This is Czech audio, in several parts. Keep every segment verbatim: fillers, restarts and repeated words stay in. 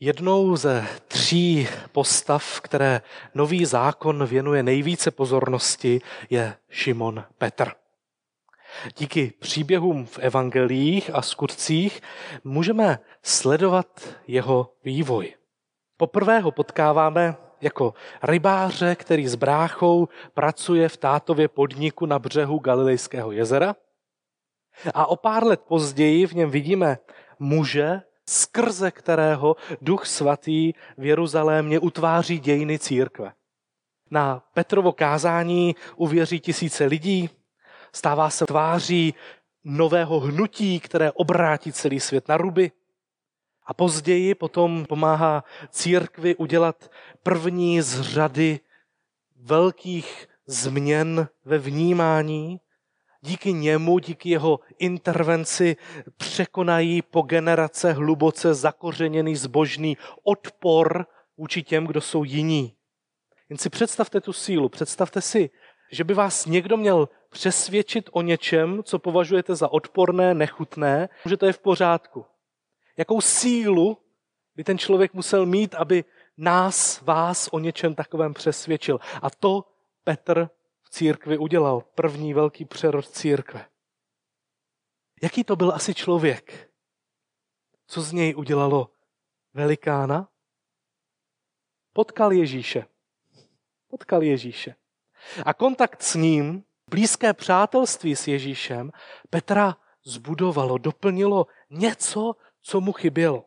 Jednou ze tří postav, které Nový zákon věnuje nejvíce pozornosti, je Šimon Petr. Díky příběhům v evangeliích a skutcích můžeme sledovat jeho vývoj. Poprvé ho potkáváme jako rybáře, který s bráchou pracuje v tátově podniku na břehu Galilejského jezera. A o pár let později v něm vidíme muže, skrze kterého Duch Svatý v Jeruzalémě utváří dějiny církve. Na Petrovo kázání uvěří tisíce lidí, stává se tváří nového hnutí, které obrátí celý svět na ruby. A později potom pomáhá církvi udělat první z řady velkých změn ve vnímání. Díky němu, díky jeho intervenci překonají po generace hluboce zakořeněný zbožný odpor vůči těm, kdo jsou jiní. Jen si představte tu sílu, představte si, že by vás někdo měl přesvědčit o něčem, co považujete za odporné, nechutné, že to je v pořádku. Jakou sílu by ten člověk musel mít, aby nás, vás o něčem takovém přesvědčil. A to Petr v církvi udělal, první velký přerod církve. Jaký to byl asi člověk? Co z něj udělalo velikána? Potkal Ježíše. Potkal Ježíše. A kontakt s ním, blízké přátelství s Ježíšem, Petra zbudovalo, doplnilo něco, co mu chybělo.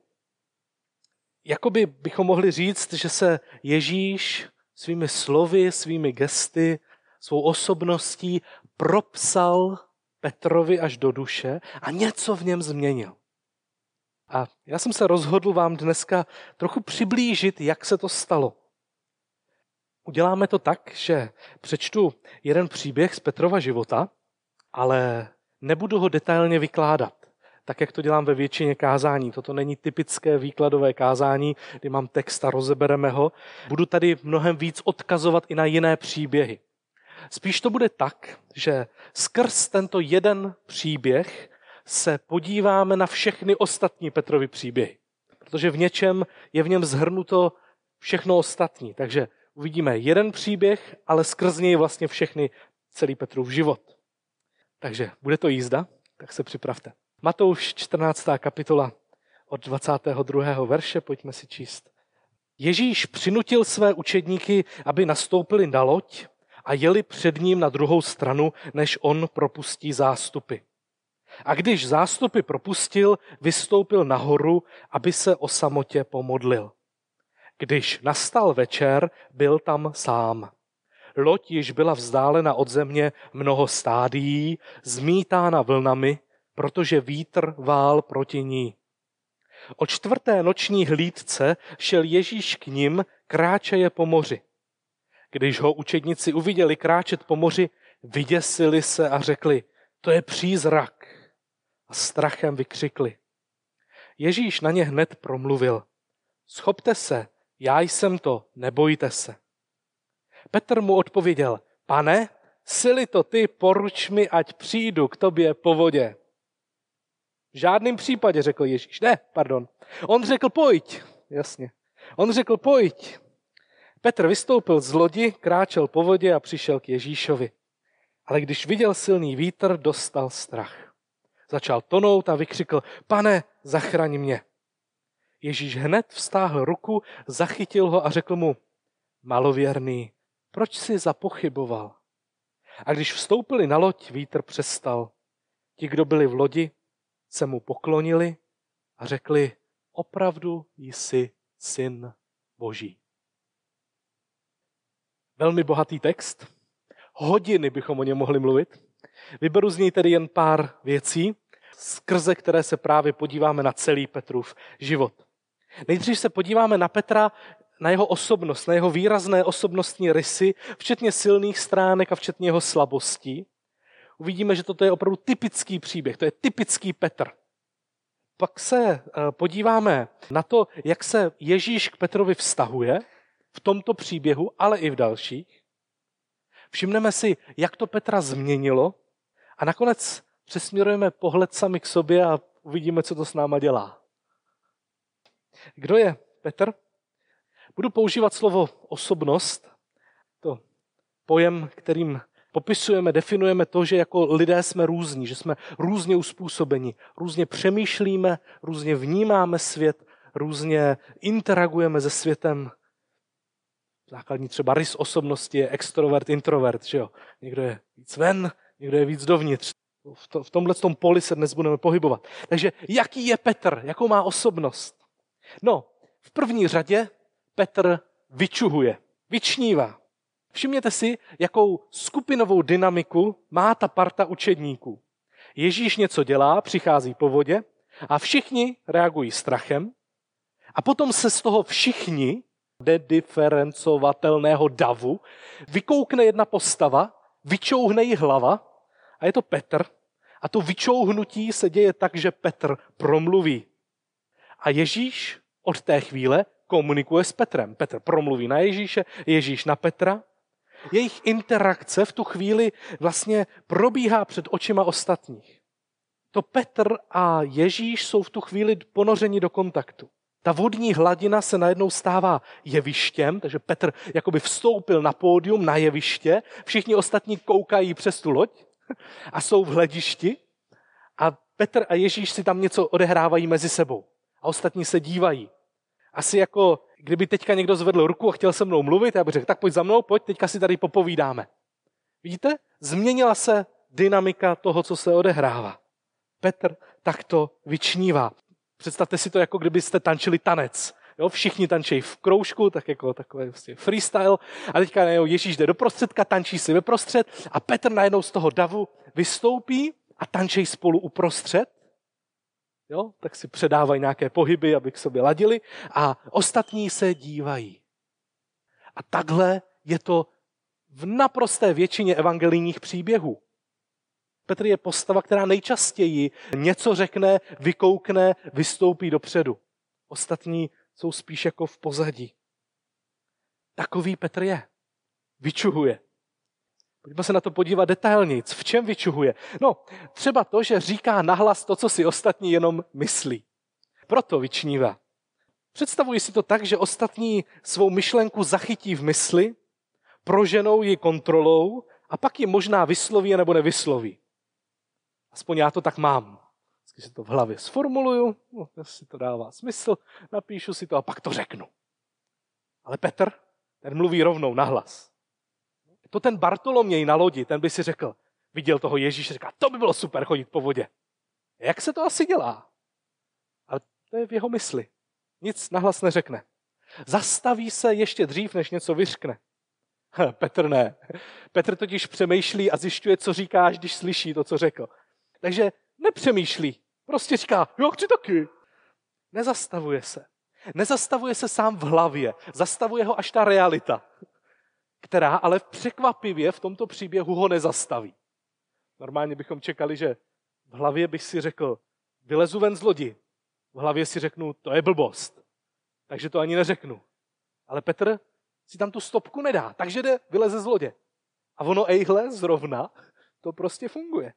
Jakoby bychom mohli říct, že se Ježíš svými slovy, svými gesty, svou osobností propsal Petrovi až do duše a něco v něm změnil. A já jsem se rozhodl vám dneska trochu přiblížit, jak se to stalo. Uděláme to tak, že přečtu jeden příběh z Petrova života, ale nebudu ho detailně vykládat, tak jak to dělám ve většině kázání. Toto není typické výkladové kázání, kdy mám text a rozebereme ho. Budu tady mnohem víc odkazovat i na jiné příběhy. Spíš to bude tak, že skrz tento jeden příběh se podíváme na všechny ostatní Petrovy příběhy. Protože v něčem je v něm zhrnuto všechno ostatní. Takže uvidíme jeden příběh, ale skrz něj vlastně všechny celý Petrův život. Takže bude to jízda, tak se připravte. Matouš čtrnáctá kapitola od dvacátého druhého verše, pojďme si číst. Ježíš přinutil své učedníky, aby nastoupili na loď a jeli před ním na druhou stranu, než on propustí zástupy. A když zástupy propustil, vystoupil nahoru, aby se o samotě pomodlil. Když nastal večer, byl tam sám. Loď již byla vzdálena od země mnoho stádií, zmítána vlnami, protože vítr vál proti ní. O čtvrté noční hlídce šel Ježíš k nim, kráčeje po moři. Když ho učedníci uviděli kráčet po moři, vyděsili se a řekli, to je přízrak. A strachem vykřikli. Ježíš na ně hned promluvil, schopte se, já jsem to, nebojte se. Petr mu odpověděl, pane, sili to ty, poruč mi, ať přijdu k tobě po vodě. V žádném případě, řekl Ježíš. Ne, pardon. On řekl, pojď. Jasně. On řekl, pojď. Petr vystoupil z lodi, kráčel po vodě a přišel k Ježíšovi. Ale když viděl silný vítr, dostal strach. Začal tonout a vykřikl, pane, zachraň mě. Ježíš hned vztáhl ruku, zachytil ho a řekl mu, malověrný, proč jsi zapochyboval? A když vstoupili na loď, vítr přestal. Ti, kdo byli v lodi, se mu poklonili a řekli, opravdu jsi syn Boží. Velmi bohatý text. Hodiny bychom o něm mohli mluvit. Vyberu z něj tedy jen pár věcí, skrze které se právě podíváme na celý Petrův život. Nejdřív se podíváme na Petra, na jeho osobnost, na jeho výrazné osobnostní rysy, včetně silných stránek a včetně jeho slabostí. Uvidíme, že toto je opravdu typický příběh, to je typický Petr. Pak se podíváme na to, jak se Ježíš k Petrovi vztahuje v tomto příběhu, ale i v dalších. Všimneme si, jak to Petra změnilo a nakonec přesměrujeme pohled sami k sobě a uvidíme, co to s náma dělá. Kdo je Petr. Budu používat slovo osobnost, to pojem, kterým popisujeme, definujeme to, že jako lidé jsme různí, že jsme různě uspůsobeni, různě přemýšlíme, různě vnímáme svět, různě interagujeme se světem. Základní třeba rys osobnosti je extrovert, introvert, že jo? Někdo je víc ven, někdo je víc dovnitř. V, to, v tomhle tom poli se dnes budeme pohybovat. Takže jaký je Petr? Jakou má osobnost? No, v první řadě Petr vyčuhuje, vyčnívá. Všimněte si, jakou skupinovou dynamiku má ta parta učedníků. Ježíš něco dělá, přichází po vodě a všichni reagují strachem a potom se z toho všichni nediferencovatelného davu vykoukne jedna postava, vyčouhne jí hlava a je to Petr. A to vyčouhnutí se děje tak, že Petr promluví. A Ježíš od té chvíle komunikuje s Petrem. Petr promluví na Ježíše, Ježíš na Petra. Jejich interakce v tu chvíli vlastně probíhá před očima ostatních. To Petr a Ježíš jsou v tu chvíli ponořeni do kontaktu. Ta vodní hladina se najednou stává jevištěm, takže Petr jakoby vstoupil na pódium, na jeviště, všichni ostatní koukají přes tu loď a jsou v hledišti a Petr a Ježíš si tam něco odehrávají mezi sebou a ostatní se dívají. Asi jako kdyby teďka někdo zvedl ruku a chtěl se mnou mluvit, já bych řekl, tak pojď za mnou, pojď, teďka si tady popovídáme. Vidíte? Změnila se dynamika toho, co se odehrává. Petr takto vyčnívá. Představte si to, jako kdybyste tančili tanec. Jo, všichni tančí v kroužku, tak jako takový vlastně freestyle. A teďka Ježíš jde do prostředka, tančí si ve prostřed a Petr najednou z toho davu vystoupí a tančí spolu uprostřed. Jo, tak si předávají nějaké pohyby, aby k sobě ladili a ostatní se dívají. A takhle je to v naprosté většině evangelijních příběhů. Petr je postava, která nejčastěji něco řekne, vykoukne, vystoupí dopředu. Ostatní jsou spíš jako v pozadí. Takový Petr je. Vyčuhuje. Pojďme se na to podívat detailnějc. V čem vyčuhuje? No, třeba to, že říká nahlas to, co si ostatní jenom myslí. Proto vyčnívá. Představuji si to tak, že ostatní svou myšlenku zachytí v mysli, proženou ji kontrolou a pak ji možná vysloví nebo nevysloví. Aspoň já to tak mám. Vždycky si to v hlavě sformuluju, no, jestli to dává smysl, napíšu si to a pak to řeknu. Ale Petr, ten mluví rovnou nahlas. To ten Bartoloměj na lodi, ten by si řekl, viděl toho Ježíše, říká, to by bylo super chodit po vodě. Jak se to asi dělá? Ale to je v jeho mysli. Nic nahlas neřekne. Zastaví se ještě dřív, než něco vyřkne. Petr ne. Petr totiž přemýšlí a zjišťuje, co říká, až když slyší to, co řekl. Takže nepřemýšlí. Prostě říká, já chci taky. Nezastavuje se. Nezastavuje se sám v hlavě. Zastavuje ho až ta realita, která ale překvapivě v tomto příběhu ho nezastaví. Normálně bychom čekali, že v hlavě bych si řekl, vylezu ven z lodi. V hlavě si řeknu, to je blbost. Takže to ani neřeknu. Ale Petr si tam tu stopku nedá, takže jde, vyleze z lodě. A ono ejhle zrovna, to prostě funguje.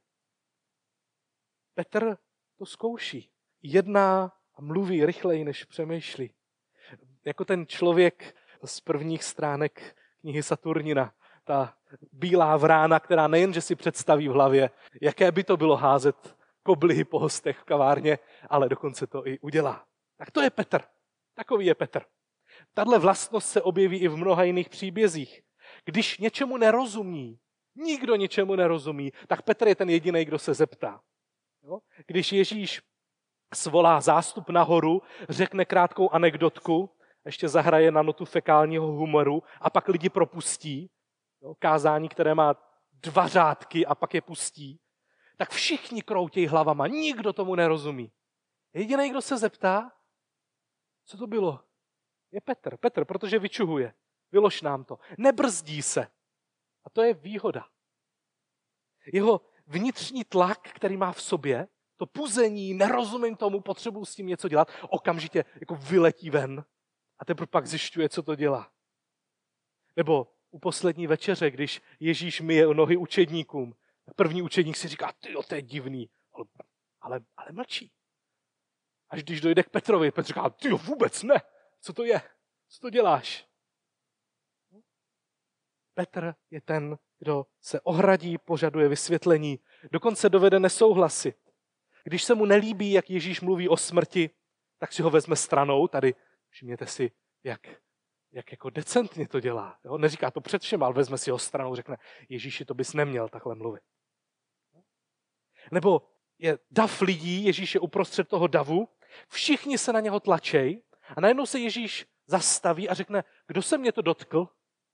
Petr to zkouší. Jedná a mluví rychleji, než přemýšlí. Jako ten člověk z prvních stránek knihy Saturnina. Ta bílá vrána, která nejen, že si představí v hlavě, jaké by to bylo házet koblihy po hostech v kavárně, ale dokonce to i udělá. Tak to je Petr. Takový je Petr. Tahle vlastnost se objeví i v mnoha jiných příbězích. Když něčemu nerozumí, nikdo něčemu nerozumí, tak Petr je ten jediný, kdo se zeptá. Jo? Když Ježíš svolá zástup nahoru, řekne krátkou anekdotku, ještě zahraje na notu fekálního humoru a pak lidi propustí, jo? Kázání, které má dva řádky a pak je pustí, tak všichni kroutějí hlavama, nikdo tomu nerozumí. Jediný, kdo se zeptá, co to bylo, je Petr. Petr, protože vyčuhuje. Vylož nám to. Nebrzdí se. A to je výhoda. Jeho vnitřní tlak, který má v sobě, to puzení, nerozumím tomu, potřebuji s tím něco dělat, okamžitě jako vyletí ven a teprve pak zjišťuje, co to dělá. Nebo u poslední večeře, když Ježíš myje nohy učedníkům, první učedník si říká, tyjo, to je divný, ale, ale, ale mlčí. Až když dojde k Petrovi, Petr říká, tyjo, vůbec ne, co to je? Co to děláš? Petr je ten, kdo se ohradí, požaduje vysvětlení, dokonce dovede nesouhlasit. Když se mu nelíbí, jak Ježíš mluví o smrti, tak si ho vezme stranou. Tady všimněte si, jak, jak jako decentně to dělá. Jo? Neříká to před všem, ale vezme si ho stranou, řekne, Ježíši, to bys neměl takhle mluvit. Nebo je dav lidí, Ježíš je uprostřed toho davu, všichni se na něho tlačej a najednou se Ježíš zastaví a řekne, kdo se mě to dotkl?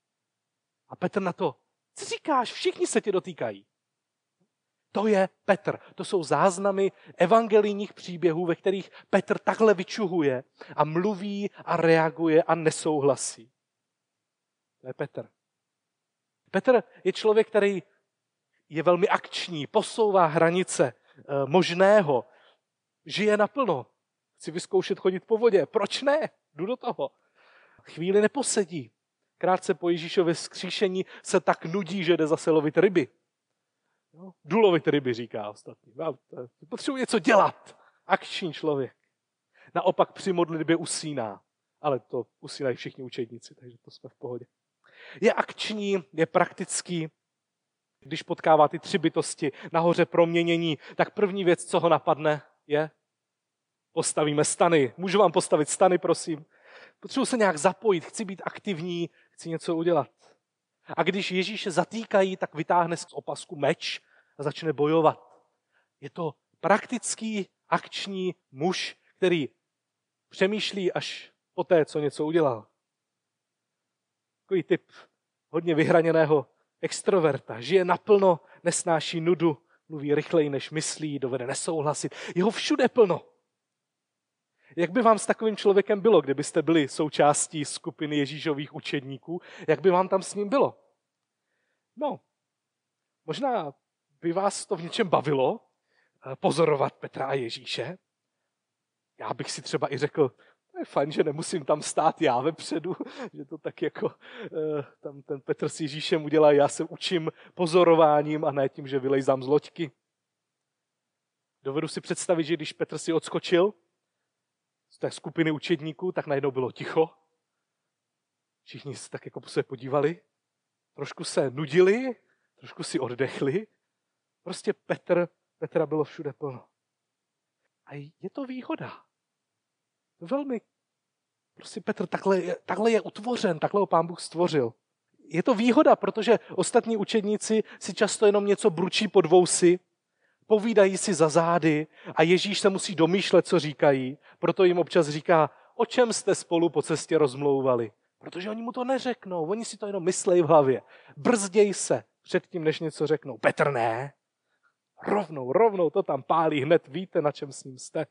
A Petr na to, co říkáš, všichni se tě dotýkají. To je Petr. To jsou záznamy evangelijních příběhů, ve kterých Petr takhle vyčuhuje a mluví a reaguje a nesouhlasí. To je Petr. Petr je člověk, který je velmi akční, posouvá hranice e, možného, žije naplno. Chci vyzkoušet chodit po vodě. Proč ne? Jdu do toho. Chvíli neposedí. Krátce po Ježíšově vzkříšení se tak nudí, že jde zase lovit ryby. No, jdu lovit ryby, říká ostatní. Potřebuji něco dělat. Akční člověk. Naopak při modlitbě usíná. Ale to usínají všichni učedníci, takže to jsme v pohodě. Je akční, je praktický. Když potkává ty tři bytosti nahoře proměnění, tak první věc, co ho napadne, je postavíme stany. Můžu vám postavit stany, prosím? Potřebuji se nějak zapojit, chci být aktivní, chci něco udělat. A když Ježíše zatýkají, tak vytáhne z opasku meč a začne bojovat. Je to praktický, akční muž, který přemýšlí až poté, co něco udělal. Takový typ hodně vyhraněného extroverta. Žije naplno, nesnáší nudu, mluví rychleji, než myslí, dovede nesouhlasit. Jeho všude plno. Jak by vám s takovým člověkem bylo, kdybyste byli součástí skupiny Ježíšových učedníků? Jak by vám tam s ním bylo? No, možná by vás to v něčem bavilo, pozorovat Petra a Ježíše. Já bych si třeba i řekl, to je fajn, že nemusím tam stát já vepředu, že to tak jako tam ten Petr s Ježíšem udělá, já se učím pozorováním a ne tím, že vylejzám z loďky. Dovedu si představit, že když Petr si odskočil z té skupiny učedníků, tak najednou bylo ticho. Všichni se tak jako se podívali, trošku se nudili, trošku si oddechli. Prostě Petr, Petra bylo všude plno. A je to výhoda. Velmi, prostě Petr takhle je, takhle je utvořen, takhle ho Pán Bůh stvořil. Je to výhoda, protože ostatní učedníci si často jenom něco bručí pod vousy, povídají si za zády a Ježíš se musí domýšlet, co říkají, proto jim občas říká, o čem jste spolu po cestě rozmlouvali. Protože oni mu to neřeknou, oni si to jenom myslejí v hlavě. Brzděj se předtím, než něco řeknou. Petr ne. Rovnou, rovnou to tam pálí, hned víte, na čem s ním jste.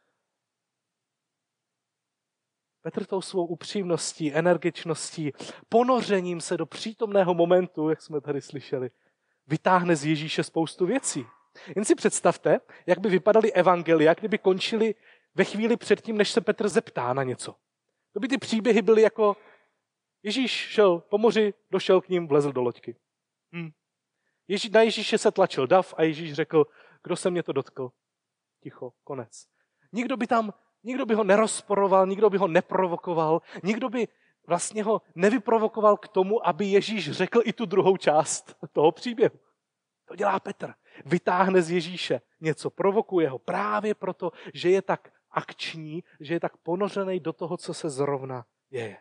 Petr tou svou upřímností, energičností, ponořením se do přítomného momentu, jak jsme tady slyšeli, vytáhne z Ježíše spoustu věcí. Jen si představte, jak by vypadaly evangelia, kdyby končily ve chvíli předtím, než se Petr zeptá na něco. To by ty příběhy byly jako Ježíš šel po moři, došel k ním, vlezl do loďky. Hm. Ježí, na Ježíše se tlačil dav a Ježíš řekl, kdo se mě to dotkl. Ticho, konec. Nikdo by tam, nikdo by ho nerozporoval, nikdo by ho neprovokoval, nikdo by vlastně ho nevyprovokoval k tomu, aby Ježíš řekl i tu druhou část toho příběhu. To dělá Petr. Vytáhne z Ježíše něco, provokuje ho právě proto, že je tak akční, že je tak ponořený do toho, co se zrovna děje.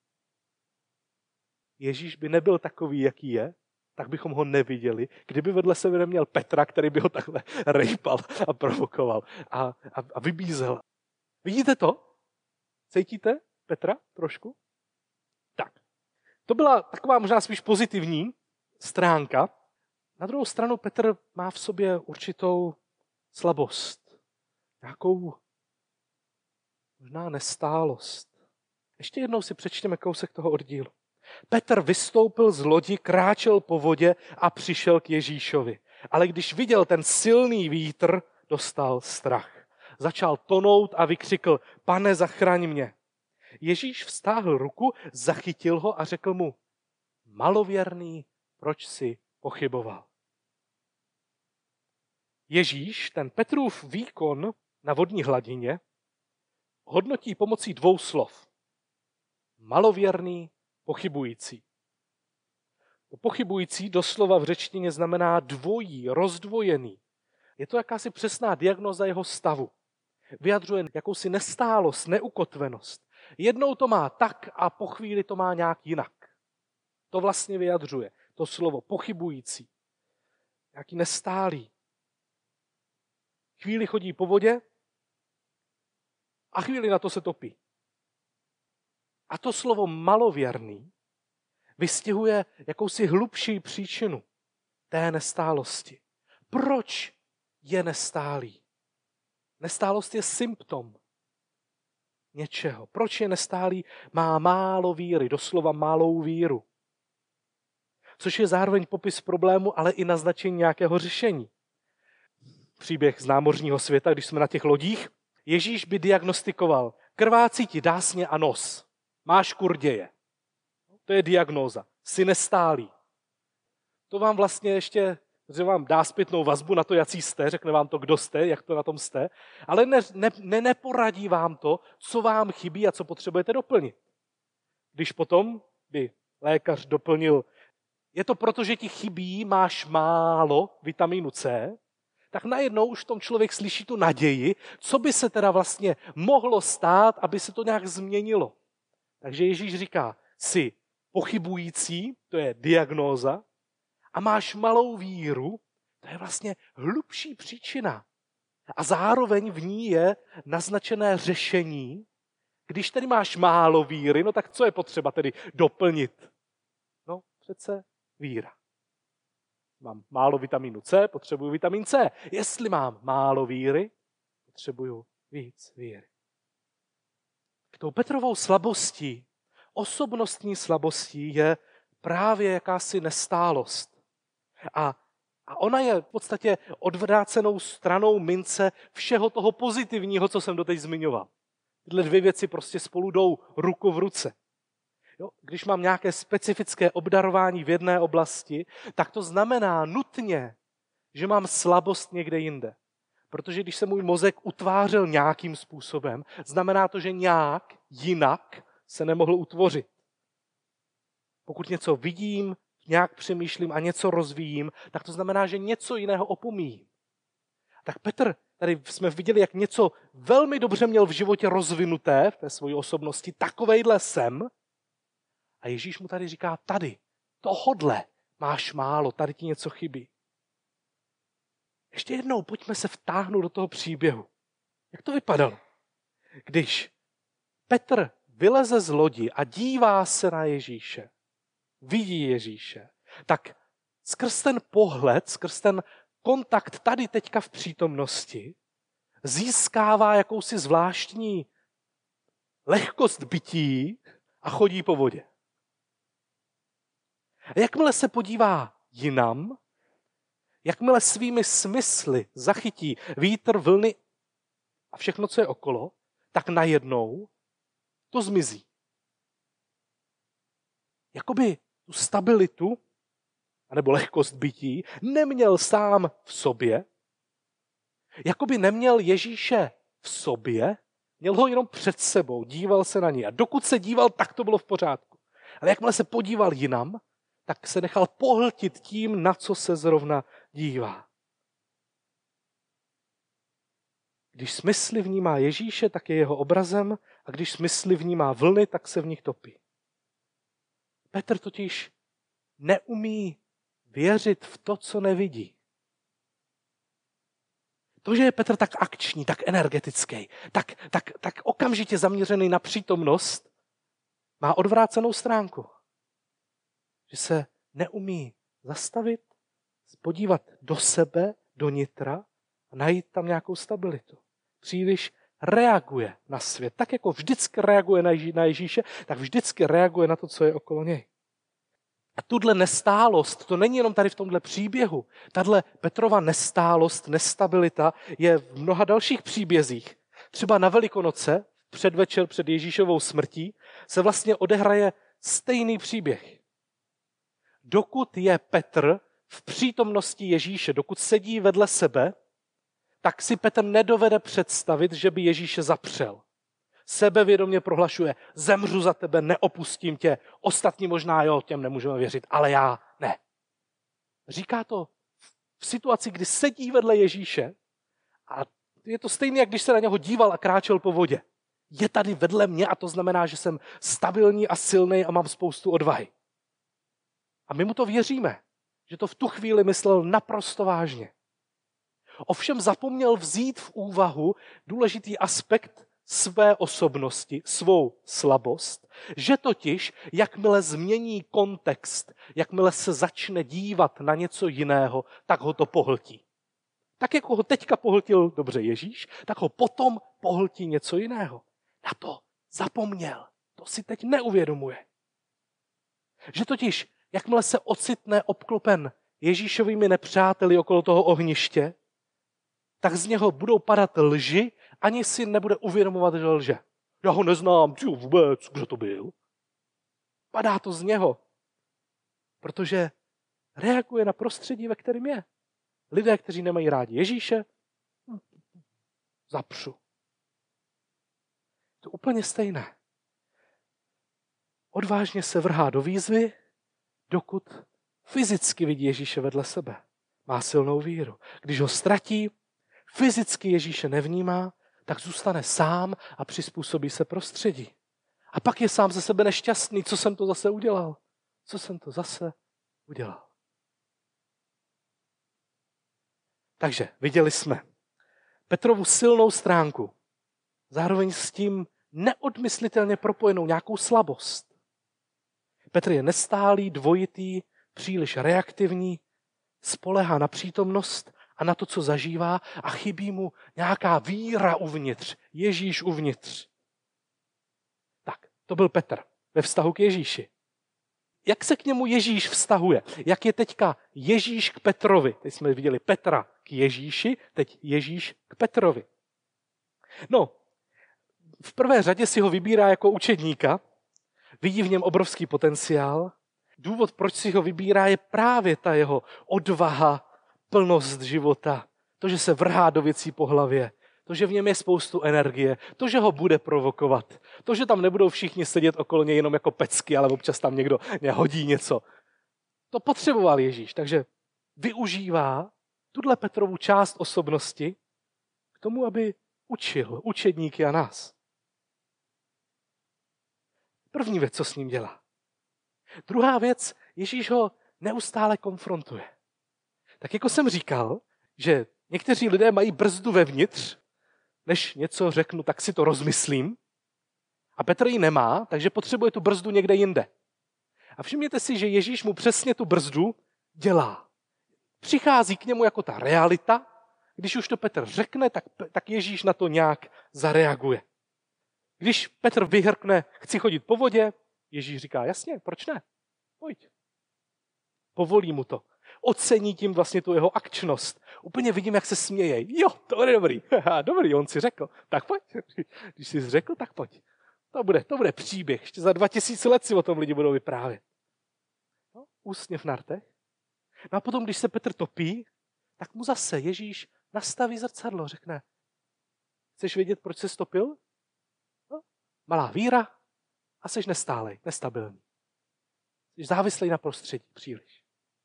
Ježíš by nebyl takový, jaký je, tak bychom ho neviděli, kdyby vedle sebe neměl Petra, který by ho takhle rejpal a provokoval a, a, a vybízel. Vidíte to? Cítíte Petra trošku? Tak. To byla taková možná spíš pozitivní stránka. Na druhou stranu Petr má v sobě určitou slabost. Nějakou možná nestálost. Ještě jednou si přečtěme kousek toho oddílu. Petr vystoupil z lodi, kráčel po vodě a přišel k Ježíšovi. Ale když viděl ten silný vítr, dostal strach. Začal tonout a vykřikl, Pane, zachraň mě. Ježíš vztáhl ruku, zachytil ho a řekl mu, malověrný, proč jsi pochyboval? Ježíš, ten Petrův výkon na vodní hladině, hodnotí pomocí dvou slov. malověrný, pochybující. To pochybující doslova v řečtině znamená dvojí, rozdvojený. Je to jakási přesná diagnóza jeho stavu. Vyjadřuje jakousi nestálost, neukotvenost. Jednou to má tak a po chvíli to má nějak jinak. To vlastně vyjadřuje to slovo pochybující. Jaký nestálý. Chvíli chodí po vodě a chvíli na to se topí. A to slovo malověrný vystihuje jakousi hlubší příčinu té nestálosti. Proč je nestálý? Nestálost je symptom něčeho. Proč je nestálý? Má málo víry, doslova malou víru. Což je zároveň popis problému, ale i naznačení nějakého řešení. Příběh z námořního světa, když jsme na těch lodích, Ježíš by diagnostikoval: krvácí ti dásně a nos, máš kurděje. To je diagnóza. Jsi nestálý. To vám vlastně ještě, že vám dá zpětnou vazbu na to, jací jste, řekne vám to, kdo jste, jak to na tom jste, ale ne, ne, ne, neporadí vám to, co vám chybí a co potřebujete doplnit. Když potom by lékař doplnil: je to proto, že ti chybí, máš málo vitamínu C, tak najednou už v tom člověk slyší tu naději, co by se teda vlastně mohlo stát, aby se to nějak změnilo. Takže Ježíš říká: jsi pochybující, to je diagnóza, a máš malou víru, to je vlastně hlubší příčina. A zároveň v ní je naznačené řešení. Když tedy máš málo víry, no tak co je potřeba tedy doplnit? No přece víra. Mám málo vitamínu C, potřebuju vitamin C. Jestli mám málo víry, potřebuju víc víry. Tou Petrovou slabostí, osobnostní slabostí je právě jakási nestálost. A, a ona je v podstatě odvrácenou stranou mince všeho toho pozitivního, co jsem doteď zmiňoval. Tyhle dvě věci prostě spolu jdou ruku v ruce. Jo? Když mám nějaké specifické obdarování v jedné oblasti, tak to znamená nutně, že mám slabost někde jinde. Protože když se můj mozek utvářel nějakým způsobem, znamená to, že nějak jinak se nemohl utvořit. Pokud něco vidím, nějak přemýšlím a něco rozvíjím, tak to znamená, že něco jiného opomíjím. Tak Petr, tady jsme viděli, jak něco velmi dobře měl v životě rozvinuté v té své osobnosti, takovejhle jsem. A Ježíš mu tady říká: tady, tohodle máš málo, tady ti něco chybí. Ještě jednou pojďme se vtáhnout do toho příběhu. Jak to vypadalo? Když Petr vyleze z lodi a dívá se na Ježíše, vidí Ježíše, tak skrz ten pohled, skrz ten kontakt tady teďka v přítomnosti získává jakousi zvláštní lehkost bytí a chodí po vodě. A jakmile se podívá jinam, jakmile svými smysly zachytí vítr, vlny a všechno, co je okolo, tak najednou to zmizí. Jakoby tu stabilitu, anebo lehkost bytí, neměl sám v sobě, jakoby neměl Ježíše v sobě, měl ho jenom před sebou, díval se na něj. A dokud se díval, tak to bylo v pořádku. Ale jakmile se podíval jinam, tak se nechal pohltit tím, na co se zrovna dívá. Když smysly vnímá Ježíše, tak je jeho obrazem, a když smysly vnímá vlny, tak se v nich topí. Petr totiž neumí věřit v to, co nevidí. To, že je Petr tak akční, tak energetický, tak, tak, tak okamžitě zaměřený na přítomnost, má odvrácenou stránku. Že se neumí zastavit, podívat do sebe, do nitra a najít tam nějakou stabilitu. Příliš reaguje na svět. Tak jako vždycky reaguje na, Ježí, na Ježíše, tak vždycky reaguje na to, co je okolo něj. A tuhle nestálost, to není jenom tady v tomhle příběhu. Tahle Petrova nestálost, nestabilita je v mnoha dalších příbězích. Třeba na Velikonoce, předvečer před Ježíšovou smrtí, se vlastně odehraje stejný příběh. Dokud je Petr v přítomnosti Ježíše, dokud sedí vedle sebe, tak si Petr nedovede představit, že by Ježíše zapřel. Sebevědomě prohlašuje, zemřu za tebe, neopustím tě, ostatní možná jo, těm nemůžeme věřit, ale já ne. Říká to v situaci, kdy sedí vedle Ježíše a je to stejné, jak když se na něho díval a kráčel po vodě. Je tady vedle mě a to znamená, že jsem stabilní a silný a mám spoustu odvahy. A my mu to věříme, že to v tu chvíli myslel naprosto vážně. Ovšem zapomněl vzít v úvahu důležitý aspekt své osobnosti, svou slabost, že totiž, jakmile změní kontext, jakmile se začne dívat na něco jiného, tak ho to pohltí. Tak jako ho teďka pohltil dobře Ježíš, tak ho potom pohltí něco jiného. Na to zapomněl. To si teď neuvědomuje. Že totiž, jakmile se ocitne obklopen Ježíšovými nepřáteli okolo toho ohniště, tak z něho budou padat lži, ani si nebude uvědomovat, že lže. Já ho neznám, ty vůbec, kdo to byl? Padá to z něho, protože reaguje na prostředí, ve kterém je. Lidé, kteří nemají rádi Ježíše, zapřu. To úplně stejné. Odvážně se vrhá do výzvy, dokud fyzicky vidí Ježíše vedle sebe. Má silnou víru. Když ho ztratí, fyzicky Ježíše nevnímá, tak zůstane sám a přizpůsobí se prostředí. A pak je sám ze sebe nešťastný. Co jsem to zase udělal? Co jsem to zase udělal? Takže viděli jsme Petrovu silnou stránku, zároveň s tím neodmyslitelně propojenou nějakou slabost. Petr je nestálý, dvojitý, příliš reaktivní, spolehá na přítomnost a na to, co zažívá a chybí mu nějaká víra uvnitř, Ježíš uvnitř. Tak, to byl Petr ve vztahu k Ježíši. Jak se k němu Ježíš vztahuje? Jak je teďka Ježíš k Petrovi? Teď jsme viděli Petra k Ježíši, teď Ježíš k Petrovi. No, v prvé řadě si ho vybírá jako učedníka, vidí v něm obrovský potenciál. Důvod, proč si ho vybírá, je právě ta jeho odvaha, plnost života, to, že se vrhá do věcí po hlavě, to, že v něm je spoustu energie, to, že ho bude provokovat, to, že tam nebudou všichni sedět okolo něj jenom jako pecky, ale občas tam někdo hodí něco. To potřeboval Ježíš, takže využívá tuhle Petrovu část osobnosti k tomu, aby učil učedníky a nás. První věc, co s ním dělá. Druhá věc, Ježíš ho neustále konfrontuje. Tak jako jsem říkal, že někteří lidé mají brzdu vevnitř, než něco řeknu, tak si to rozmyslím. A Petr ji nemá, takže potřebuje tu brzdu někde jinde. A všimněte si, že Ježíš mu přesně tu brzdu dělá. Přichází k němu jako ta realita, když už to Petr řekne, tak, tak Ježíš na to nějak zareaguje. Když Petr vyhrkne, chci chodit po vodě, Ježíš říká, jasně, proč ne? Pojď. Povolí mu to. Ocení tím vlastně tu jeho akčnost. Úplně vidím, jak se směje. Jo, to je dobrý. Dobrý, on si řekl. Tak pojď. Když jsi řekl, tak pojď. To bude, to bude příběh. Ještě za dva tisíce let si o tom lidi budou vyprávět. No, úsměv na rtech. No a potom, když se Petr topí, tak mu zase Ježíš nastaví zrcadlo. Řekne, chceš vědět, proč se stopil? No, malá víra a jsi nestálej, nestabilní. Jsi závislý na prostředí příliš.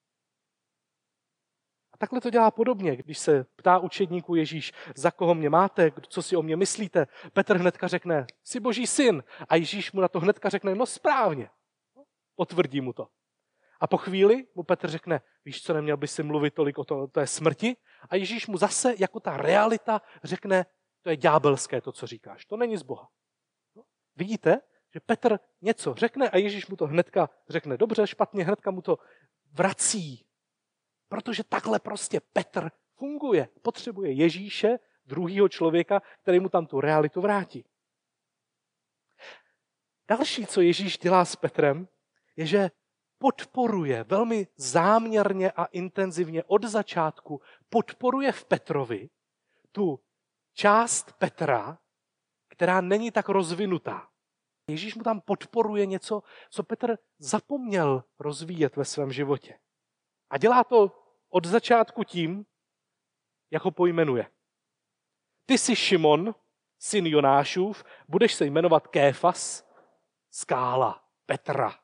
A takhle to dělá podobně, když se ptá učedníků Ježíš, za koho mě máte, co si o mě myslíte. Petr hnedka řekne, jsi Boží syn. A Ježíš mu na to hnedka řekne, no správně. Potvrdí mu to. A po chvíli mu Petr řekne, víš co, neměl bys si mluvit tolik o to, to je smrti. A Ježíš mu zase jako ta realita řekne, to je ďábelské to, co říkáš. To není z Boha. No, vidíte, že Petr něco řekne a Ježíš mu to hnedka řekne dobře, špatně, hnedka mu to vrací. Protože takhle prostě Petr funguje. Potřebuje Ježíše, druhýho člověka, který mu tam tu realitu vrátí. Další, co Ježíš dělá s Petrem, je, že podporuje velmi záměrně a intenzivně od začátku, podporuje v Petrovi tu část Petra, která není tak rozvinutá. Ježíš mu tam podporuje něco, co Petr zapomněl rozvíjet ve svém životě. A dělá to od začátku tím, jak ho pojmenuje. Ty jsi Šimon, syn Jonášův, budeš se jmenovat Kéfas, skála Petra.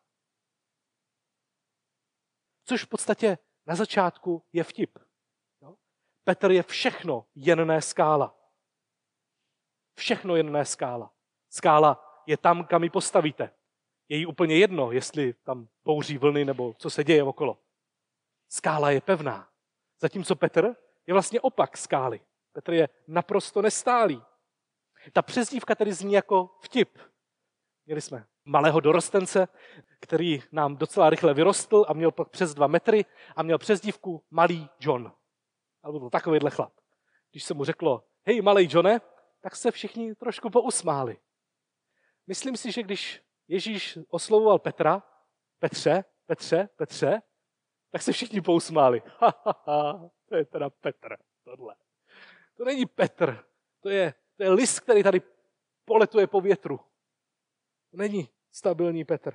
Což v podstatě na začátku je vtip. Jo? Petr je všechno, jen ne skála. Všechno, jen ne skála. Skála je tam, kam ji postavíte. Je jí úplně jedno, jestli tam bouří vlny nebo co se děje okolo. Skála je pevná. Zatímco Petr je vlastně opak skály. Petr je naprosto nestálý. Ta přezdívka tedy zní jako vtip. Měli jsme malého dorostence, který nám docela rychle vyrostl a měl pak přes dva metry a měl přezdívku Malý John. Ale byl takovýhle chlap. Když se mu řeklo, hej, malej Johne, tak se všichni trošku pousmáli. Myslím si, že když Ježíš oslovoval Petra, Petře, Petře, Petře, tak se všichni pousmáli. Ha, ha, ha, to je teda Petr, tohle. To není Petr, to je, to je list, který tady poletuje po větru. To není stabilní Petr.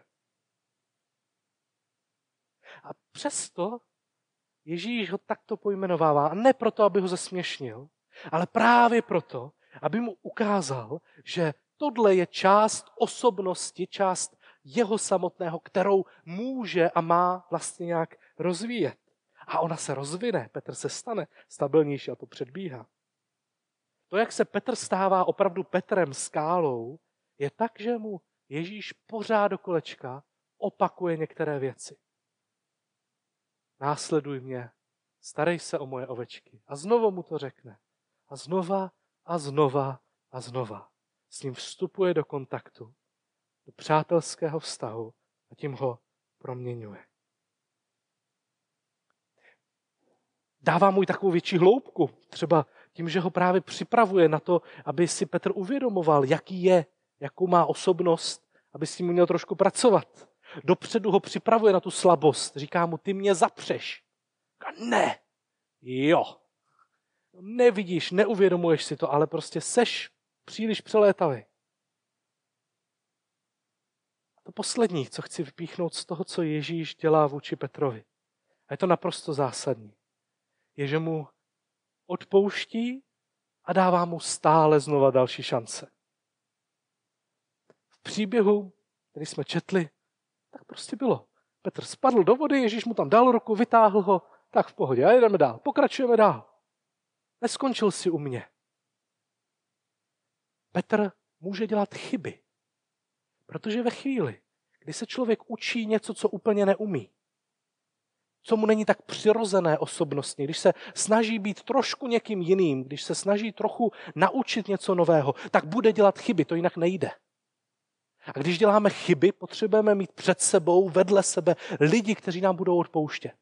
A přesto Ježíš ho takto pojmenovává. A ne proto, aby ho zesměšnil, ale právě proto, aby mu ukázal, že tohle je část osobnosti, část jeho samotného, kterou může a má vlastně nějak rozvíjet. A ona se rozvine, Petr se stane stabilnější a to předbíhá. To, jak se Petr stává opravdu Petrem skálou, je tak, že mu Ježíš pořád do kolečka opakuje některé věci. Následuj mě, starej se o moje ovečky. A znovu mu to řekne. A znova a znova a znova. S ním vstupuje do kontaktu, do přátelského vztahu a tím ho proměňuje. Dává mu i takovou větší hloubku, třeba tím, že ho právě připravuje na to, aby si Petr uvědomoval, jaký je, jakou má osobnost, aby s tím měl trošku pracovat. Dopředu ho připravuje na tu slabost. Říká mu, ty mě zapřeš. A ne. Jo. Nevidíš, neuvědomuješ si to, ale prostě seš příliš přelétavý. A to poslední, co chci vypíchnout z toho, co Ježíš dělá vůči Petrovi. A je to naprosto zásadní. Je, že mu odpouští a dává mu stále znova další šance. V příběhu, který jsme četli, tak prostě bylo. Petr spadl do vody, Ježíš mu tam dal ruku, vytáhl ho, tak v pohodě a jdeme dál, pokračujeme dál. Neskončil si u mě. Petr může dělat chyby, protože ve chvíli, kdy se člověk učí něco, co úplně neumí, co mu není tak přirozené osobnostně, když se snaží být trošku někým jiným, když se snaží trochu naučit něco nového, tak bude dělat chyby, to jinak nejde. A když děláme chyby, potřebujeme mít před sebou, vedle sebe lidi, kteří nám budou odpouštět.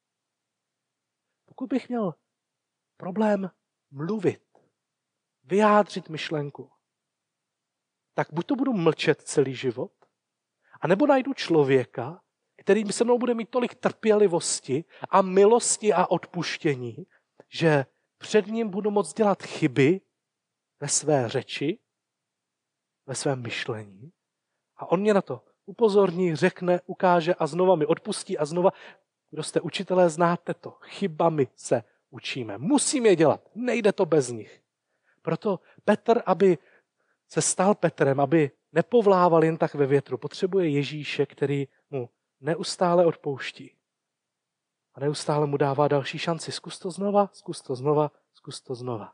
Pokud bych měl problém mluvit, vyjádřit myšlenku, tak buď to budu mlčet celý život, anebo najdu člověka, který se mnou bude mít tolik trpělivosti a milosti a odpuštění, že před ním budu moct dělat chyby ve své řeči, ve svém myšlení. A on mě na to upozorní, řekne, ukáže a znova mi odpustí a znova, kdo jste učitelé, znáte to. Chybami se učíme. Musíme je dělat. Nejde to bez nich. Proto Petr, aby se stal Petrem, aby nepovlával jen tak ve větru, potřebuje Ježíše, který mu neustále odpouští. A neustále mu dává další šanci. Zkus to znova, zkus to znova, zkus to znova.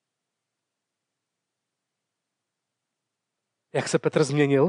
Jak se Petr změnil?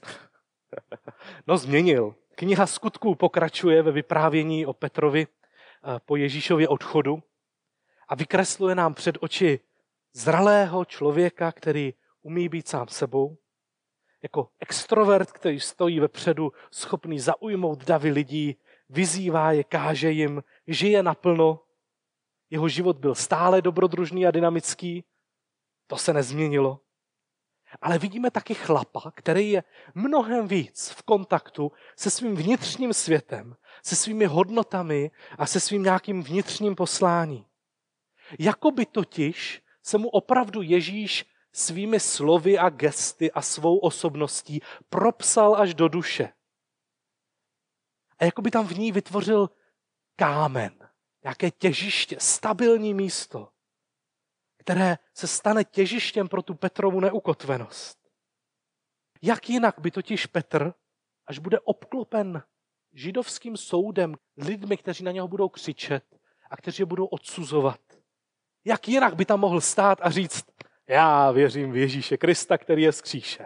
No změnil. Kniha Skutků pokračuje ve vyprávění o Petrovi po Ježíšově odchodu a vykresluje nám před oči zralého člověka, který umí být sám sebou, jako extrovert, který stojí vepředu, schopný zaujmout davy lidí, vyzývá je, káže jim, žije naplno. Jeho život byl stále dobrodružný a dynamický, to se nezměnilo. Ale vidíme taky chlapa, který je mnohem víc v kontaktu se svým vnitřním světem, se svými hodnotami a se svým nějakým vnitřním posláním. Jakoby totiž se mu opravdu Ježíš svými slovy a gesty a svou osobností propsal až do duše. A jakoby tam v ní vytvořil kámen, nějaké těžiště, stabilní místo, které se stane těžištěm pro tu Petrovu neukotvenost. Jak jinak by totiž Petr, až bude obklopen židovským soudem, lidmi, kteří na něho budou křičet a kteří ho budou odsuzovat, jak jinak by tam mohl stát a říct, já věřím v Ježíše Krista, který je vzkříšen.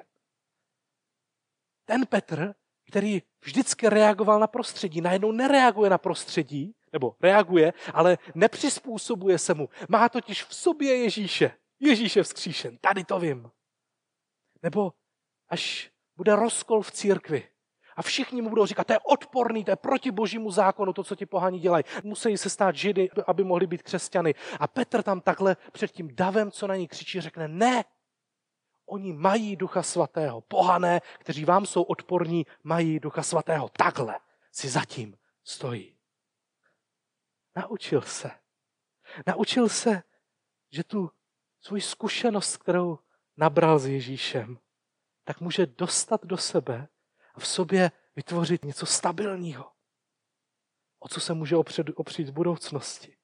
Ten Petr, který vždycky reagoval na prostředí, najednou nereaguje na prostředí, nebo reaguje, ale nepřizpůsobuje se mu. Má totiž v sobě Ježíše. Ježíš je vzkříšen, tady to vím. Nebo až bude rozkol v církvi a všichni mu budou říkat, to je odporný, to je proti božímu zákonu, to, co ti pohani dělají. Musí se stát židy, aby mohli být křesťany. A Petr tam takhle před tím davem, co na ní křičí, řekne, ne, oni mají Ducha Svatého. Pohané, kteří vám jsou odporní, mají Ducha Svatého. Takhle si zatím stojí. Naučil se. Naučil se, že tu svou zkušenost, kterou nabral s Ježíšem, tak může dostat do sebe a v sobě vytvořit něco stabilního. O co se může opřít, opřít v budoucnosti.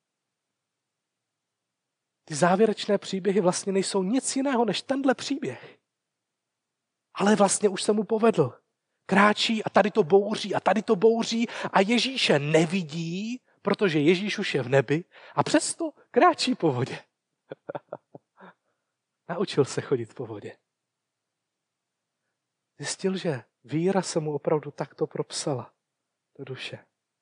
Ty závěrečné příběhy vlastně nejsou nic jiného než tenhle příběh. Ale vlastně už se mu povedl. Kráčí a tady to bouří a tady to bouří a Ježíše nevidí, protože Ježíš už je v nebi a přesto kráčí po vodě. Naučil se chodit po vodě. Zjistil, že víra se mu opravdu takto propsala do duše.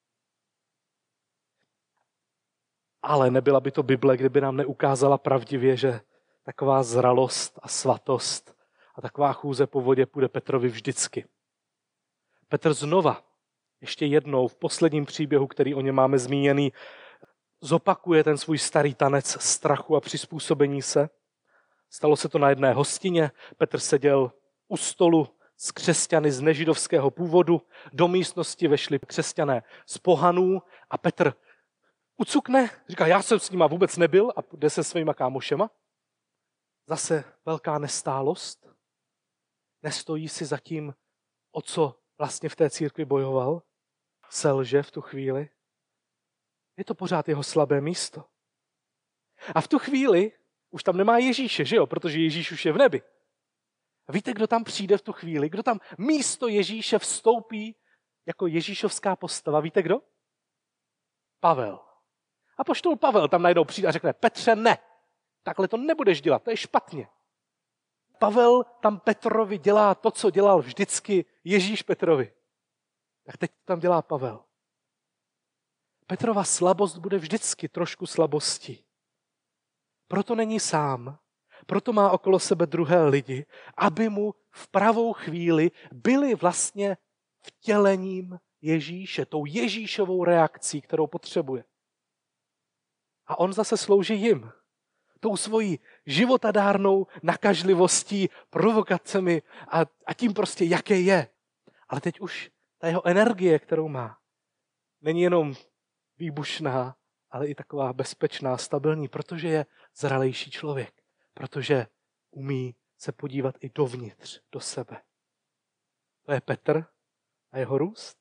Ale nebyla by to Bible, kdyby nám neukázala pravdivě, že taková zralost a svatost a taková chůze po vodě půjde Petrovi vždycky. Petr znova, ještě jednou v posledním příběhu, který o něm máme zmíněný, zopakuje ten svůj starý tanec strachu a přizpůsobení se. Stalo se to na jedné hostině. Petr seděl u stolu s křesťany z nežidovského původu. Do místnosti vešli křesťané z pohanů a Petr ucukne, říká, já jsem s nima vůbec nebyl a jde se svýma kámošema. Zase velká nestálost. Nestojí si za tím, o co vlastně v té církvi bojoval. Selže v tu chvíli. Je to pořád jeho slabé místo. A v tu chvíli už tam nemá Ježíše, že jo? Protože Ježíš už je v nebi. A víte, kdo tam přijde v tu chvíli? Kdo tam místo Ježíše vstoupí jako ježíšovská postava? Víte kdo? Pavel. Apoštol Pavel tam najednou přijde a řekne, Petře, ne, takhle to nebudeš dělat, to je špatně. Pavel tam Petrovi dělá to, co dělal vždycky Ježíš Petrovi. Tak teď tam dělá Pavel. Petrova slabost bude vždycky trošku slabostí. Proto není sám, proto má okolo sebe druhé lidi, aby mu v pravou chvíli byli vlastně vtělením Ježíše, tou Ježíšovou reakcí, kterou potřebuje. A on zase slouží jim. Tou svojí životadárnou nakažlivostí, provokacemi a, a tím prostě, jaké je. Ale teď už ta jeho energie, kterou má, není jenom výbušná, ale i taková bezpečná, stabilní, protože je zralejší člověk. Protože umí se podívat i dovnitř, do sebe. To je Petr a jeho růst.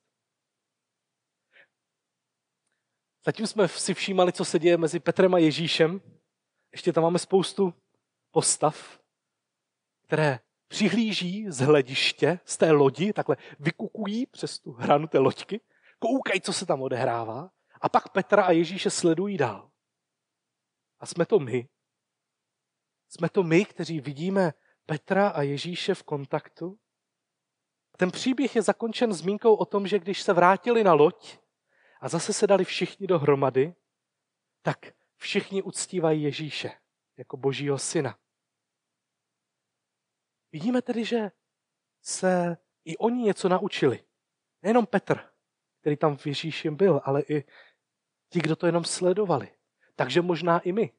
Zatím jsme si všímali, co se děje mezi Petrem a Ježíšem. Ještě tam máme spoustu postav, které přihlíží z hlediště, z té lodi, takhle vykukují přes tu hranu té loďky, koukají, co se tam odehrává, a pak Petra a Ježíše sledují dál. A jsme to my. Jsme to my, kteří vidíme Petra a Ježíše v kontaktu. Ten příběh je zakončen zmínkou o tom, že když se vrátili na loď a zase se dali všichni dohromady, tak všichni uctívají Ježíše jako Božího syna. Vidíme tedy, že se i oni něco naučili. Nejenom Petr, který tam v Ježíšem byl, ale i ti, kdo to jenom sledovali. Takže možná i my.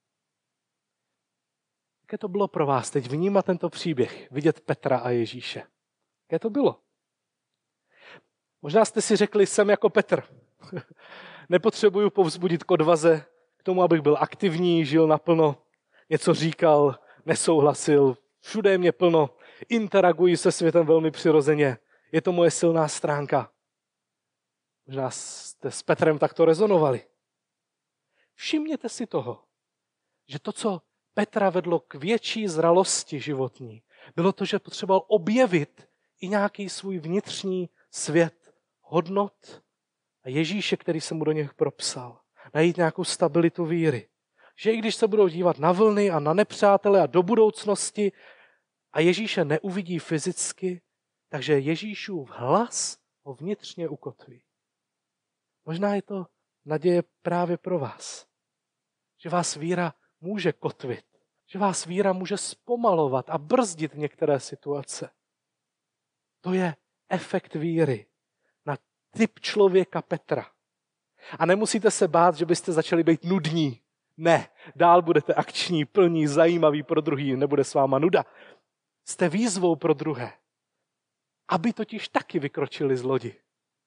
Jaké to bylo pro vás teď vnímat tento příběh, vidět Petra a Ježíše? Jaké to bylo? Možná jste si řekli, jsem jako Petr. Nepotřebuju povzbudit k odvaze, k tomu, abych byl aktivní, žil naplno, něco říkal, nesouhlasil, všude je mě plno, interaguji se světem velmi přirozeně. Je to moje silná stránka. Možná jste s Petrem takto rezonovali. Všimněte si toho, že to, co Petra vedlo k větší zralosti životní, bylo to, že potřeboval objevit i nějaký svůj vnitřní svět hodnot a Ježíše, který se mu do něch propsal. Najít nějakou stabilitu víry. Že i když se budou dívat na vlny a na nepřátele a do budoucnosti a Ježíše neuvidí fyzicky, takže Ježíšův hlas ho vnitřně ukotví. Možná je to naděje právě pro vás. Že vás víra může kotvit. Že vás víra může zpomalovat a brzdit některé situace. To je efekt víry na typ člověka Petra. A nemusíte se bát, že byste začali být nudní. Ne, dál budete akční, plní, zajímaví pro druhý, nebude s váma nuda. Jste výzvou pro druhé, aby totiž taky vykročili z lodi.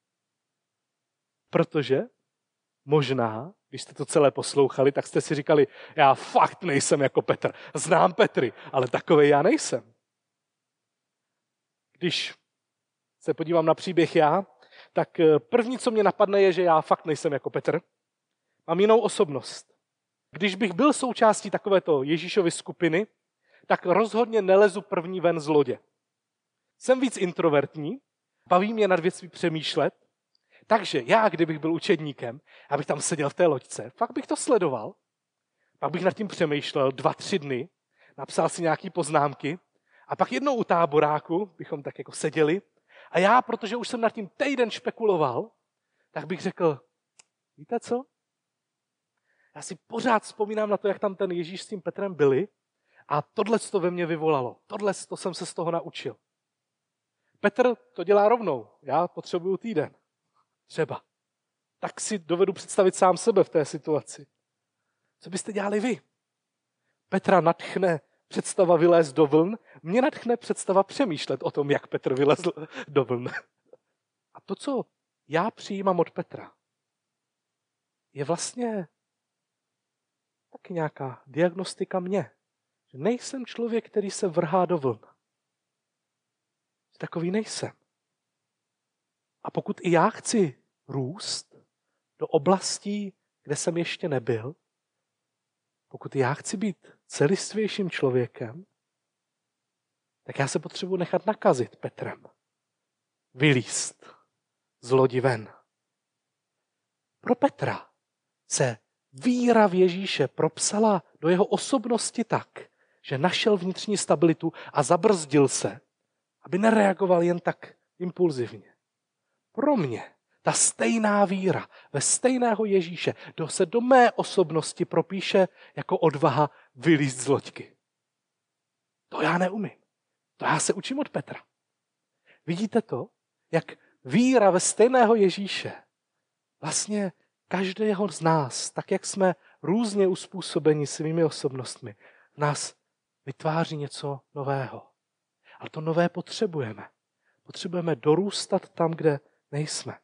Protože možná, když jste to celé poslouchali, tak jste si říkali, já fakt nejsem jako Petr. Znám Petry, ale takovej já nejsem. Když se podívám na příběh já, tak první, co mě napadne, je, že já fakt nejsem jako Petr. Mám jinou osobnost. Když bych byl součástí takovéto Ježíšovy skupiny, tak rozhodně nelezu první ven z lodě. Jsem víc introvertní, baví mě nad věcmi přemýšlet, takže já, kdybych byl učedníkem, abych tam seděl v té loďce, fakt bych to sledoval, pak bych nad tím přemýšlel dva, tři dny, napsal si nějaké poznámky a pak jednou u táboráku bychom tak jako seděli a já, protože už jsem nad tím týden špekuloval, tak bych řekl, víte co? Já si pořád vzpomínám na to, jak tam ten Ježíš s tím Petrem byli a tohle to ve mně vyvolalo. Tohle to jsem se z toho naučil. Petr to dělá rovnou. Já potřebuju týden. Třeba. Tak si dovedu představit sám sebe v té situaci. Co byste dělali vy? Petra nadchne představa vylézt do vln, mě nadchne představa přemýšlet o tom, jak Petr vylezl do vln. A to, co já přijímám od Petra, je vlastně taky nějaká diagnostika mě. Že nejsem člověk, který se vrhá do vln. Takový nejsem. A pokud i já chci růst do oblastí, kde jsem ještě nebyl, pokud já chci být celistvějším člověkem, tak já se potřebuji nechat nakazit Petrem. Vylízt z lodi ven. Pro Petra se víra v Ježíše propsala do jeho osobnosti tak, že našel vnitřní stabilitu a zabrzdil se, aby nereagoval jen tak impulzivně. Pro mě ta stejná víra ve stejného Ježíše se do mé osobnosti propíše jako odvaha vylízt z loďky. To já neumím. To já se učím od Petra. Vidíte to? Jak víra ve stejného Ježíše vlastně každého z nás, tak jak jsme různě uspůsobeni svými osobnostmi, v nás vytváří něco nového. Ale to nové potřebujeme. Potřebujeme dorůstat tam, kde nejsme.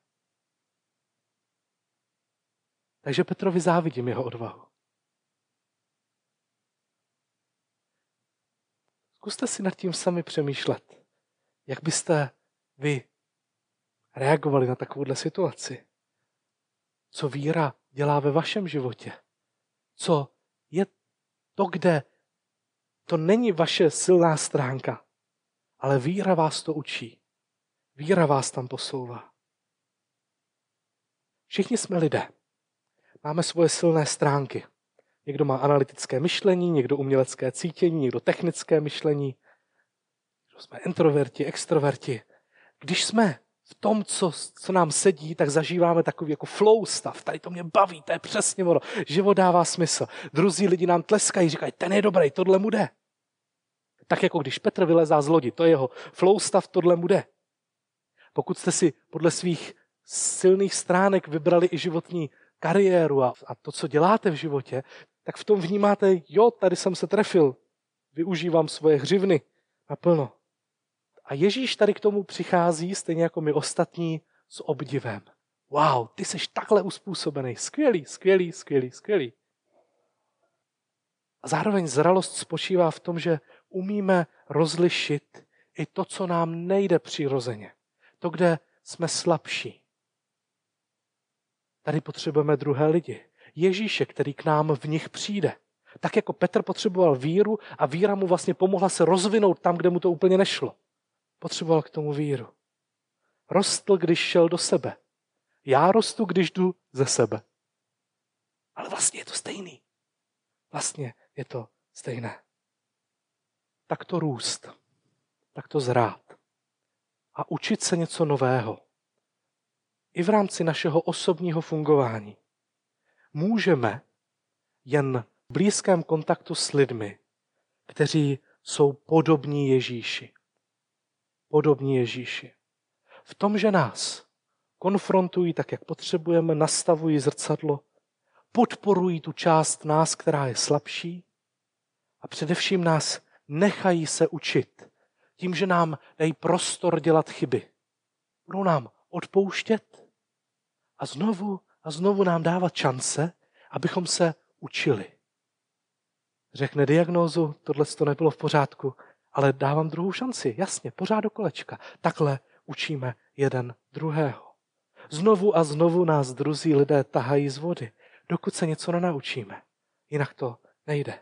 Takže Petrovi závidím jeho odvahu. Zkuste si nad tím sami přemýšlet, jak byste vy reagovali na takovouhle situaci. Co víra dělá ve vašem životě. Co je to, kde to není vaše silná stránka, ale víra vás to učí. Víra vás tam posouvá. Všichni jsme lidé. Máme svoje silné stránky. Někdo má analytické myšlení, někdo umělecké cítění, někdo technické myšlení. Někdo jsme introverti, extroverti. Když jsme v tom, co, co nám sedí, tak zažíváme takový jako flow stav. Tady to mě baví, to je přesně ono. Život dává smysl. Druzí lidi nám tleskají, říkají, ten je dobrý, tohle mu jde. Tak jako když Petr vylezá z lodi, to je jeho flow stav, tohle mu jde. Pokud jste si podle svých silných stránek vybrali i životní kariéru a, a to, co děláte v životě, tak v tom vnímáte, jo, tady jsem se trefil, využívám svoje hřivny naplno. A Ježíš tady k tomu přichází, stejně jako my ostatní, s obdivem. Wow, ty jsi takhle uspůsobený, skvělý, skvělý, skvělý, skvělý. A zároveň zralost spočívá v tom, že umíme rozlišit i to, co nám nejde přirozeně. To, kde jsme slabší. Tady potřebujeme druhé lidi. Ježíše, který k nám v nich přijde. Tak jako Petr potřeboval víru a víra mu vlastně pomohla se rozvinout tam, kde mu to úplně nešlo. Potřeboval k tomu víru. Rostl, když šel do sebe. Já rostu, když jdu ze sebe. Ale vlastně je to stejný. Vlastně je to stejné. Tak to růst. Tak to zrát. A učit se něco nového. I v rámci našeho osobního fungování. Můžeme jen v blízkém kontaktu s lidmi, kteří jsou podobní Ježíši. Podobní Ježíši. V tom, že nás konfrontují tak, jak potřebujeme, nastavují zrcadlo, podporují tu část nás, která je slabší a především nás nechají se učit tím, že nám dají prostor dělat chyby. Budou nám odpouštět a znovu a znovu nám dávat šance, abychom se učili. Řekne diagnózu, tohle to nebylo v pořádku, ale dávám druhou šanci, jasně, pořád do kolečka. Takhle učíme jeden druhého. Znovu a znovu nás druzí lidé tahají z vody, dokud se něco nenaučíme. Jinak to nejde.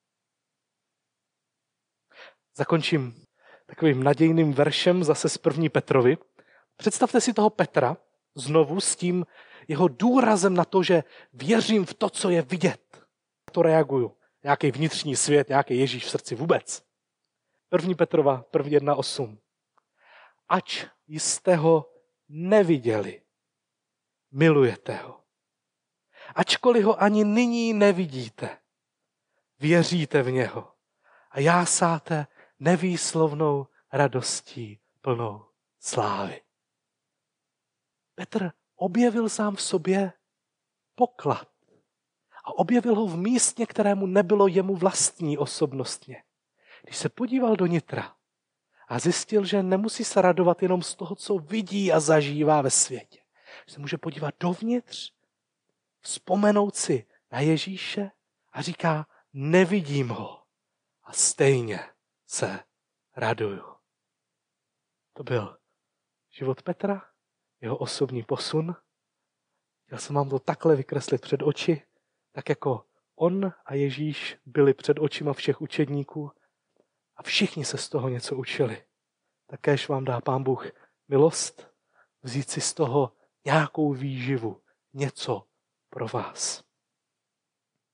Zakončím takovým nadějným veršem zase z první Petrovi. Představte si toho Petra znovu s tím jeho důrazem na to, že věřím v to, co je vidět. Na to reaguju. Nějaký vnitřní svět, nějaký Ježíš v srdci vůbec. první Petrova, první jedna osm. Ač jste ho neviděli, milujete ho. Ačkoliv ho ani nyní nevidíte, věříte v něho a jásáte nevýslovnou radostí plnou slávy. Petr objevil sám v sobě poklad a objevil ho v místě, kterému nebylo jemu vlastní osobnostně. Když se podíval do nitra a zjistil, že nemusí se radovat jenom z toho, co vidí a zažívá ve světě. Že se může podívat dovnitř, vzpomenout si na Ježíše a říká, nevidím ho a stejně se raduju. To byl život Petra, jeho osobní posun. Chtěl jsem vám to takhle vykreslit před oči, tak jako on a Ježíš byli před očima všech učedníků a všichni se z toho něco učili. Takéž vám dá Pán Bůh milost vzít si z toho nějakou výživu, něco pro vás.